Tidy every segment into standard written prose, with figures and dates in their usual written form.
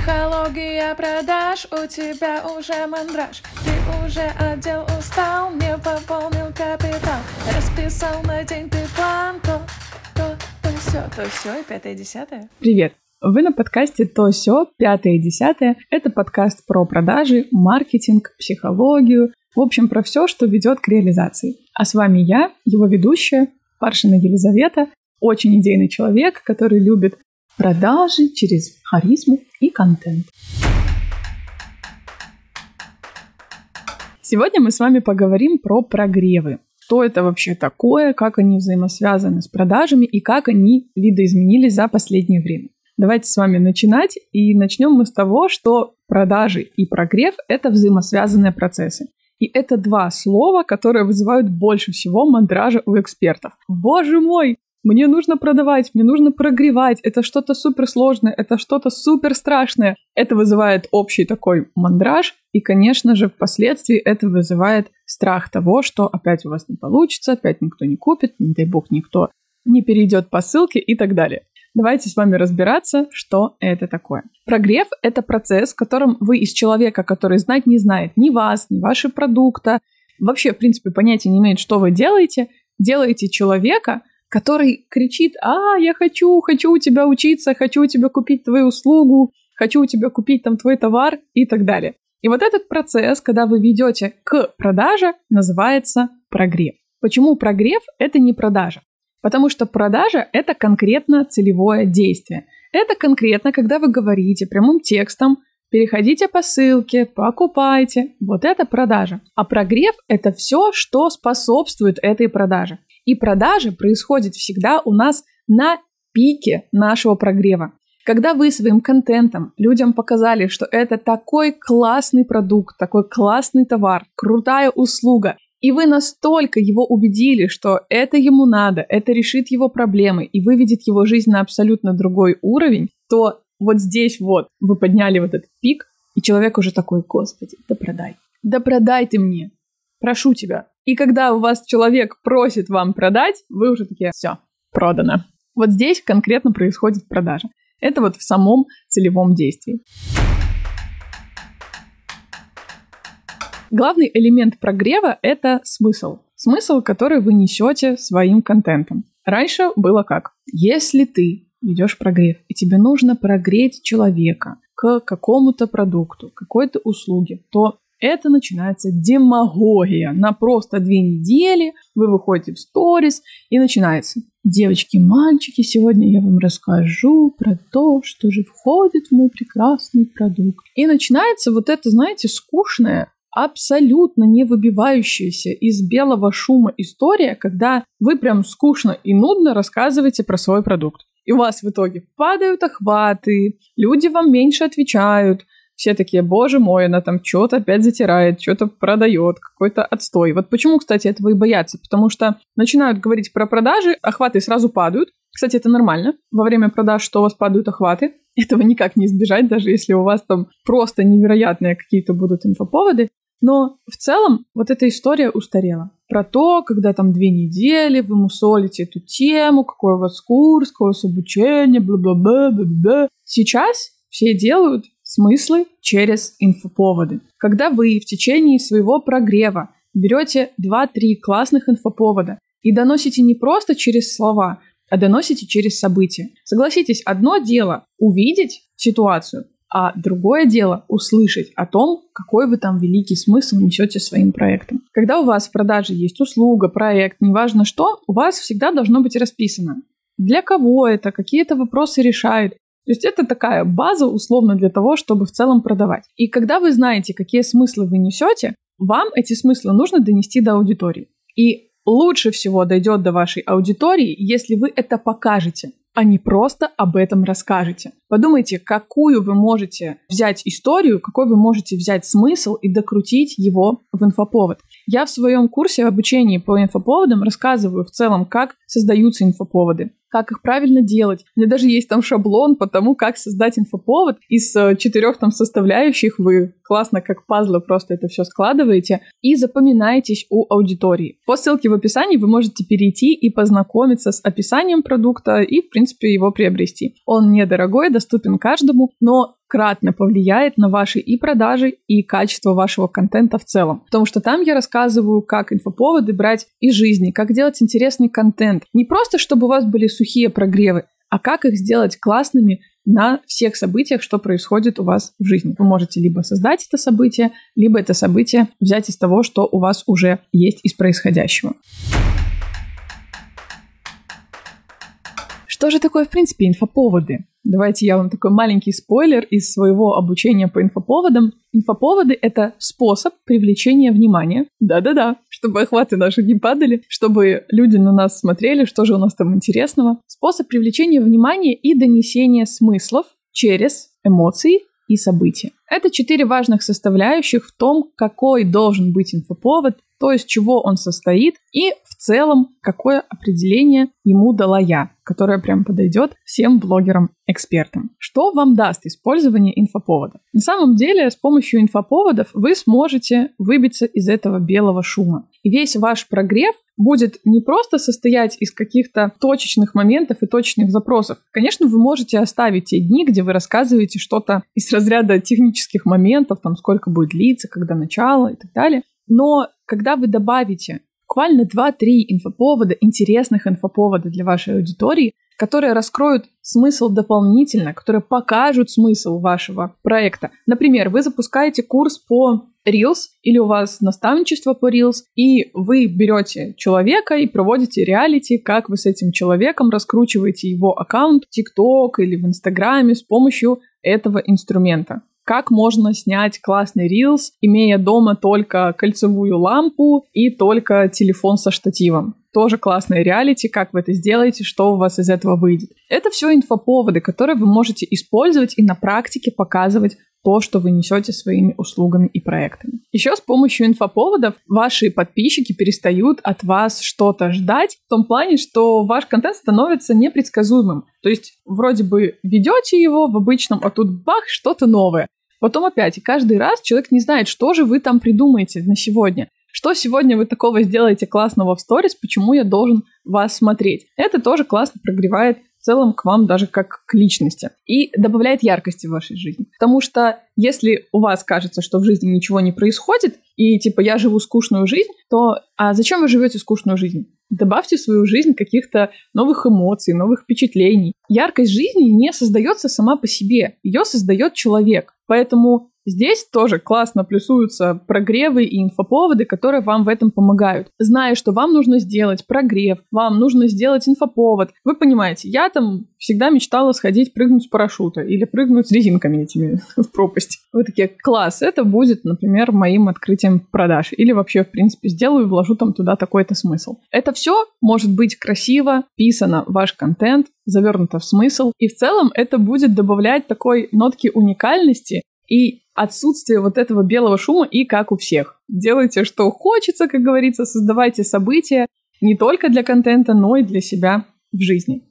Психология продаж, у тебя уже мандраж. Ты уже отдел устал, не пополнил капитал. Расписал на день ты план, то все, и 5-10. Привет! Вы на подкасте «То-сё, 5-10». Это подкаст про продажи, маркетинг, психологию, в общем, про все, что ведет к реализации. А с вами я, его ведущая, Паршина Елизавета, очень идейный человек, который любит продажи через харизму и контент. Сегодня мы с вами поговорим про прогревы. Что это вообще такое, как они взаимосвязаны с продажами и как они видоизменились за последнее время. Давайте с вами начинать, и начнем мы с того, что продажи и прогрев – это взаимосвязанные процессы. И это два слова, которые вызывают больше всего мандража у экспертов. Боже мой! Мне нужно продавать, мне нужно прогревать, это что-то суперсложное, это что-то суперстрашное. Это вызывает общий такой мандраж, и, конечно же, впоследствии это вызывает страх того, что опять у вас не получится, опять никто не купит, не дай бог никто не перейдет по ссылке и так далее. Давайте с вами разбираться, что это такое. Прогрев – это процесс, в котором вы из человека, который знать не знает ни вас, ни ваши продукты, вообще, в принципе, понятия не имеет, что вы делаете человека, который кричит: я хочу у тебя учиться, хочу у тебя купить твою услугу, хочу у тебя купить там твой товар и так далее. И вот этот процесс, когда вы ведете к продаже, называется прогрев. Почему прогрев – это не продажа? Потому что продажа – это конкретно целевое действие. Это конкретно, когда вы говорите прямым текстом: переходите по ссылке, покупайте. Вот это продажа. А прогрев – это все, что способствует этой продаже. И продажа происходит всегда у нас на пике нашего прогрева. Когда вы своим контентом людям показали, что это такой классный продукт, такой классный товар, крутая услуга, и вы настолько его убедили, что это ему надо, это решит его проблемы и выведет его жизнь на абсолютно другой уровень, то вот здесь вот вы подняли вот этот пик, и человек уже такой: Господи, да продай ты мне, прошу тебя. И когда у вас человек просит вам продать, вы уже такие: все, продано. Вот здесь конкретно происходит продажа. Это вот в самом целевом действии. Главный элемент прогрева – это смысл. Смысл, который вы несете своим контентом. Раньше было как? Если ты ведешь прогрев, и тебе нужно прогреть человека к какому-то продукту, какой-то услуге, то это начинается демагогия. На просто 2 недели вы выходите в сторис, и начинается: девочки, мальчики, сегодня я вам расскажу про то, что же входит в мой прекрасный продукт. И начинается вот это, знаете, скучное, абсолютно не выбивающаяся из белого шума история, когда вы прям скучно и нудно рассказываете про свой продукт. И у вас в итоге падают охваты, люди вам меньше отвечают. Все такие: боже мой, она там что-то опять затирает, что-то продает, какой-то отстой. Вот почему, кстати, этого и боятся? Потому что начинают говорить про продажи, охваты сразу падают. Кстати, это нормально. Во время продаж, что у вас падают охваты. Этого никак не избежать, даже если у вас там просто невероятные какие-то будут инфоповоды. Но в целом вот эта история устарела. Про то, когда там 2 недели вы мусолите эту тему, какой у вас курс, какое у вас обучение, бла-бла-бла-бла-бла. Сейчас все делают смыслы через инфоповоды. Когда вы в течение своего прогрева берете 2-3 классных инфоповода и доносите не просто через слова, а доносите через события. Согласитесь, одно дело увидеть ситуацию, а другое дело услышать о том, какой вы там великий смысл несете своим проектом. Когда у вас в продаже есть услуга, проект, неважно что, у вас всегда должно быть расписано, для кого это, какие это вопросы решает. То есть это такая база, условно, для того, чтобы в целом продавать. И когда вы знаете, какие смыслы вы несете, вам эти смыслы нужно донести до аудитории. И лучше всего дойдет до вашей аудитории, если вы это покажете, а не просто об этом расскажете. Подумайте, какую вы можете взять историю, какой вы можете взять смысл и докрутить его в инфоповод. Я в своем курсе обучения по инфоповодам рассказываю в целом, как создаются инфоповоды, как их правильно делать. У меня даже есть там шаблон по тому, как создать инфоповод. Из 4 там составляющих вы классно, как пазлы, просто это все складываете и запоминаетесь у аудитории. По ссылке в описании вы можете перейти и познакомиться с описанием продукта и, в принципе, его приобрести. Он недорогой, доступен каждому, но кратно повлияет на ваши и продажи, и качество вашего контента в целом. Потому что там я рассказываю, как инфоповоды брать из жизни, как делать интересный контент. Не просто, чтобы у вас были сухие прогревы, а как их сделать классными на всех событиях, что происходит у вас в жизни. Вы можете либо создать это событие, либо это событие взять из того, что у вас уже есть из происходящего. Что же такое, в принципе, инфоповоды? Давайте я вам такой маленький спойлер из своего обучения по инфоповодам. Инфоповоды — это способ привлечения внимания. Да-да-да, чтобы охваты наши не падали, чтобы люди на нас смотрели, что же у нас там интересного. Способ привлечения внимания и донесения смыслов через эмоции и события. Это 4 важных составляющих в том, какой должен быть инфоповод, то, из чего он состоит, и в целом, какое определение ему дала я, которое прям подойдет всем блогерам-экспертам. Что вам даст использование инфоповодов? На самом деле, с помощью инфоповодов вы сможете выбиться из этого белого шума. И весь ваш прогрев будет не просто состоять из каких-то точечных моментов и точечных запросов. Конечно, вы можете оставить те дни, где вы рассказываете что-то из разряда технических моментов, там сколько будет длиться, когда начало и так далее. Но когда вы добавите буквально 2-3 инфоповода, интересных инфоповода для вашей аудитории, которые раскроют смысл дополнительно, которые покажут смысл вашего проекта. Например, вы запускаете курс по Reels или у вас наставничество по Reels, и вы берете человека и проводите реалити, как вы с этим человеком раскручиваете его аккаунт в TikTok или в Инстаграме с помощью этого инструмента. Как можно снять классный Reels, имея дома только кольцевую лампу и только телефон со штативом. Тоже классное реалити, как вы это сделаете, что у вас из этого выйдет. Это все инфоповоды, которые вы можете использовать и на практике показывать то, что вы несете своими услугами и проектами. Еще с помощью инфоповодов ваши подписчики перестают от вас что-то ждать, в том плане, что ваш контент становится непредсказуемым. То есть вроде бы ведете его в обычном, а тут бах, что-то новое. Потом опять, и каждый раз человек не знает, что же вы там придумаете на сегодня. Что сегодня вы такого сделаете классного в сторис, почему я должен вас смотреть. Это тоже классно прогревает в целом к вам даже как к личности и добавляет яркости в вашей жизни. Потому что если у вас кажется, что в жизни ничего не происходит, и типа я живу скучную жизнь, то а зачем вы живете скучную жизнь? Добавьте в свою жизнь каких-то новых эмоций, новых впечатлений. Яркость жизни не создается сама по себе, ее создает человек. Поэтому здесь тоже классно плюсуются прогревы и инфоповоды, которые вам в этом помогают. Зная, что вам нужно сделать прогрев, вам нужно сделать инфоповод. Вы понимаете, я там всегда мечтала сходить прыгнуть с парашюта или прыгнуть с резинками этими в пропасть. Вы такие, класс, это будет, например, моим открытием продаж. Или вообще, в принципе, сделаю и вложу там туда такой-то смысл. Это все может быть красиво вписано в ваш контент, завернуто в смысл. И в целом это будет добавлять такой нотки уникальности и отсутствие вот этого белого шума, и как у всех. Делайте, что хочется, как говорится, создавайте события не только для контента, но и для себя в жизни.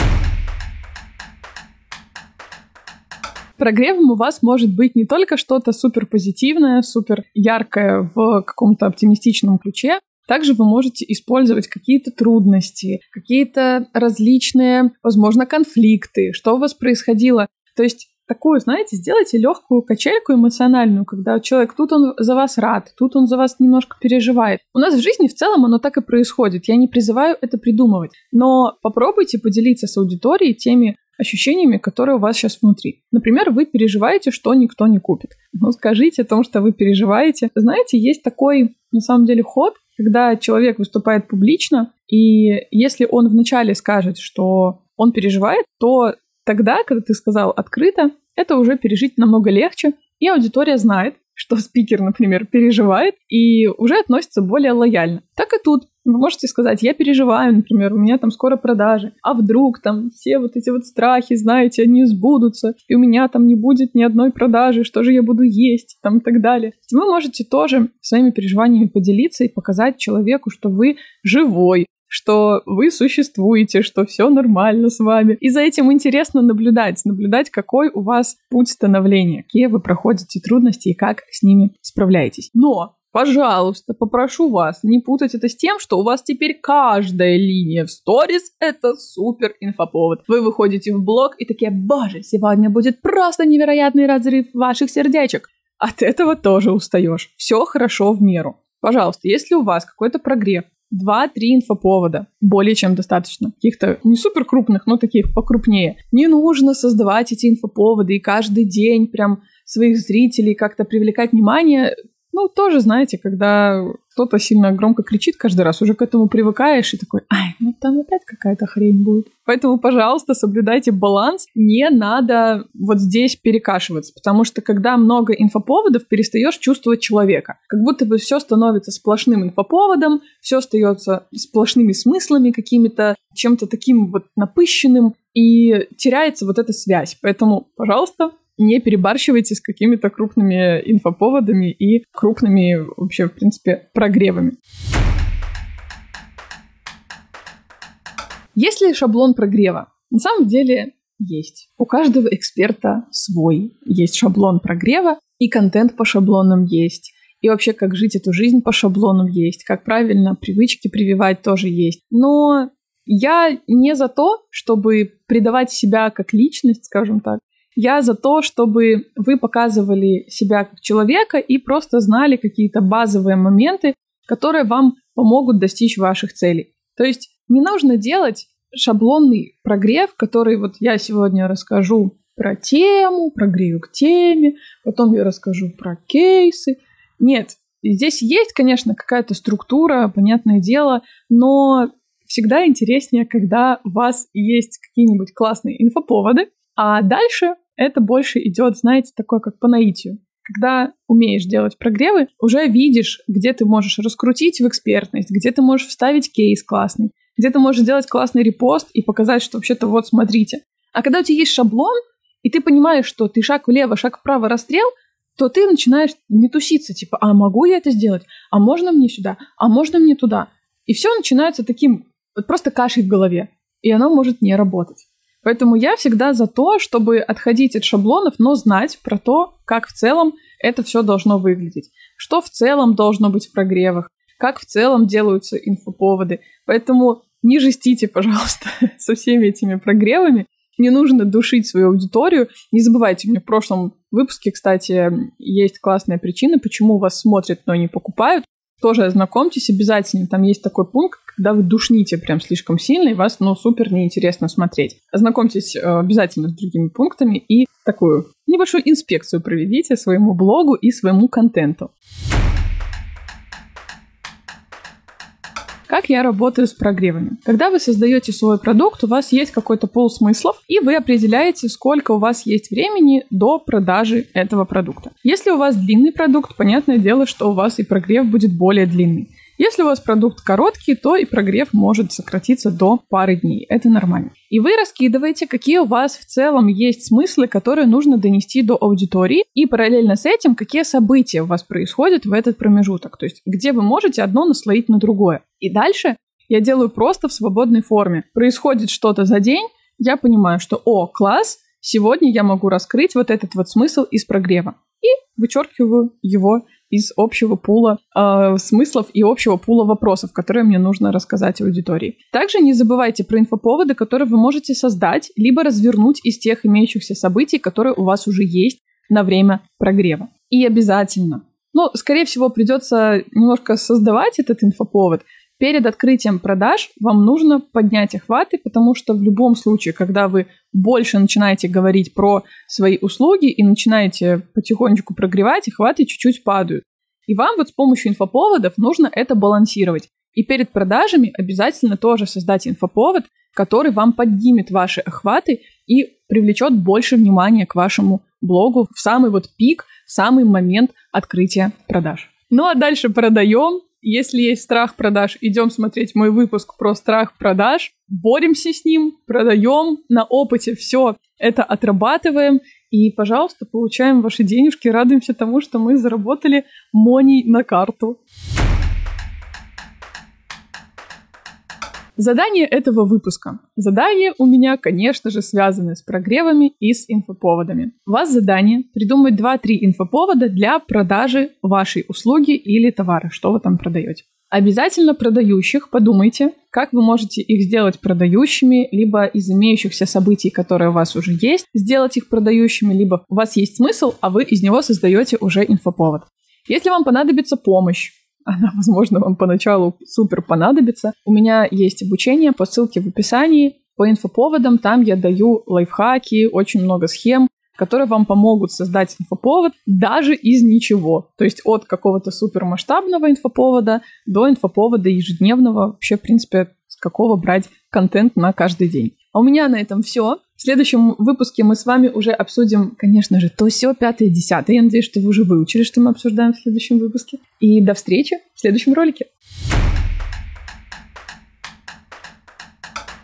Прогревом у вас может быть не только что-то супер позитивное, супер яркое в каком-то оптимистичном ключе. Также вы можете использовать какие-то трудности, какие-то различные, возможно, конфликты, что у вас происходило. То есть такую, знаете, сделайте легкую качельку эмоциональную, когда человек тут он за вас рад, тут он за вас немножко переживает. У нас в жизни в целом оно так и происходит. Я не призываю это придумывать. Но попробуйте поделиться с аудиторией теми ощущениями, которые у вас сейчас внутри. Например, вы переживаете, что никто не купит. Ну, скажите о том, что вы переживаете. Знаете, есть такой, на самом деле, ход, когда человек выступает публично, и если он вначале скажет, что он переживает, то тогда, когда ты сказал открыто, это уже пережить намного легче, и аудитория знает, что спикер, например, переживает, и уже относится более лояльно. Так и тут. Вы можете сказать, я переживаю, например, у меня там скоро продажи, а вдруг там все вот эти вот страхи, знаете, они сбудутся, и у меня там не будет ни одной продажи, что же я буду есть, там и так далее. Вы можете тоже своими переживаниями поделиться и показать человеку, что вы живой, что вы существуете, что все нормально с вами. И за этим интересно наблюдать, какой у вас путь становления, какие вы проходите трудности и как с ними справляетесь. Но пожалуйста, попрошу вас не путать это с тем, что у вас теперь каждая линия в сторис — это супер инфоповод. Вы выходите в блог и такие: боже, сегодня будет просто невероятный разрыв ваших сердечек. От этого тоже устаешь. Все хорошо в меру. Пожалуйста, если у вас какой-то прогрев, 2-3 инфоповода, более чем достаточно. Каких-то не супер крупных, но таких покрупнее. Не нужно создавать эти инфоповоды и каждый день прям своих зрителей как-то привлекать внимание. Ну, тоже, знаете, когда кто-то сильно громко кричит каждый раз, уже к этому привыкаешь и такой: ай, ну там опять какая-то хрень будет. Поэтому, пожалуйста, соблюдайте баланс. Не надо вот здесь перекашиваться, потому что когда много инфоповодов, перестаешь чувствовать человека. Как будто бы все становится сплошным инфоповодом, все остается сплошными смыслами какими-то, чем-то таким вот напыщенным, и теряется вот эта связь. Поэтому, пожалуйста, не перебарщивайте с какими-то крупными инфоповодами и крупными вообще, в принципе, прогревами. Есть ли шаблон прогрева? На самом деле есть. У каждого эксперта свой. Есть шаблон прогрева, и контент по шаблонам есть. И вообще, как жить эту жизнь по шаблонам есть. Как правильно привычки прививать тоже есть. Но я не за то, чтобы предавать себя как личность, скажем так. Я за то, чтобы вы показывали себя как человека и просто знали какие-то базовые моменты, которые вам помогут достичь ваших целей. То есть не нужно делать шаблонный прогрев, который вот я сегодня расскажу про тему, прогрею к теме, потом я расскажу про кейсы. Нет, здесь есть, конечно, какая-то структура, понятное дело, но всегда интереснее, когда у вас есть какие-нибудь классные инфоповоды, а дальше это больше идет, знаете, такое как по наитию. Когда умеешь делать прогревы, уже видишь, где ты можешь раскрутить в экспертность, где ты можешь вставить кейс классный, где ты можешь сделать классный репост и показать, что вообще-то вот смотрите. А когда у тебя есть шаблон, и ты понимаешь, что ты шаг влево, шаг вправо, расстрел, то ты начинаешь метуситься, типа: а могу я это сделать? А можно мне сюда? А можно мне туда? И все начинается таким вот просто кашей в голове, и оно может не работать. Поэтому я всегда за то, чтобы отходить от шаблонов, но знать про то, как в целом это все должно выглядеть. Что в целом должно быть в прогревах, как в целом делаются инфоповоды. Поэтому не жестите, пожалуйста, со всеми этими прогревами. Не нужно душить свою аудиторию. Не забывайте, у меня в прошлом выпуске, кстати, есть классная причина, почему вас смотрят, но не покупают. Тоже ознакомьтесь обязательно. Там есть такой пункт, когда вы душните прям слишком сильно, и вас, супер неинтересно смотреть. Ознакомьтесь обязательно с другими пунктами и такую небольшую инспекцию проведите своему блогу и своему контенту. Как я работаю с прогревами? Когда вы создаете свой продукт, у вас есть какой-то пул смыслов, и вы определяете, сколько у вас есть времени до продажи этого продукта. Если у вас длинный продукт, понятное дело, что у вас и прогрев будет более длинный. Если у вас продукт короткий, то и прогрев может сократиться до пары дней. Это нормально. И вы раскидываете, какие у вас в целом есть смыслы, которые нужно донести до аудитории, и параллельно с этим, какие события у вас происходят в этот промежуток. То есть, где вы можете одно наслоить на другое. И дальше я делаю просто в свободной форме. Происходит что-то за день, я понимаю, что класс, сегодня я могу раскрыть вот этот вот смысл из прогрева. И вычеркиваю его из общего пула смыслов и общего пула вопросов, которые мне нужно рассказать аудитории. Также не забывайте про инфоповоды, которые вы можете создать, либо развернуть из тех имеющихся событий, которые у вас уже есть на время прогрева. И обязательно, скорее всего, придется немножко создавать этот инфоповод. Перед открытием продаж вам нужно поднять охваты, потому что в любом случае, когда вы больше начинаете говорить про свои услуги и начинаете потихонечку прогревать, охваты чуть-чуть падают. И вам вот с помощью инфоповодов нужно это балансировать. И перед продажами обязательно тоже создать инфоповод, который вам поднимет ваши охваты и привлечет больше внимания к вашему блогу в самый пик, в самый момент открытия продаж. А дальше продаем. Если есть страх продаж, идем смотреть мой выпуск про страх продаж, боремся с ним, продаем, на опыте все это отрабатываем и, пожалуйста, получаем ваши денежки, радуемся тому, что мы заработали money на карту. Задание этого выпуска. Задания у меня, конечно же, связаны с прогревами и с инфоповодами. У вас задание придумать 2-3 инфоповода для продажи вашей услуги или товара, что вы там продаете. Обязательно продающих подумайте, как вы можете их сделать продающими, либо из имеющихся событий, которые у вас уже есть, сделать их продающими, либо у вас есть смысл, а вы из него создаете уже инфоповод. Если вам понадобится помощь, она, возможно, вам поначалу супер понадобится, у меня есть обучение по ссылке в описании, по инфоповодам, там я даю лайфхаки, очень много схем, которые вам помогут создать инфоповод даже из ничего. То есть от какого-то супермасштабного инфоповода до инфоповода ежедневного, вообще, в принципе, с какого брать контент на каждый день. А у меня на этом все. В следующем выпуске мы с вами уже обсудим, конечно же, то сё 5-е, 10-е. Я надеюсь, что вы уже выучили, что мы обсуждаем в следующем выпуске. И до встречи в следующем ролике.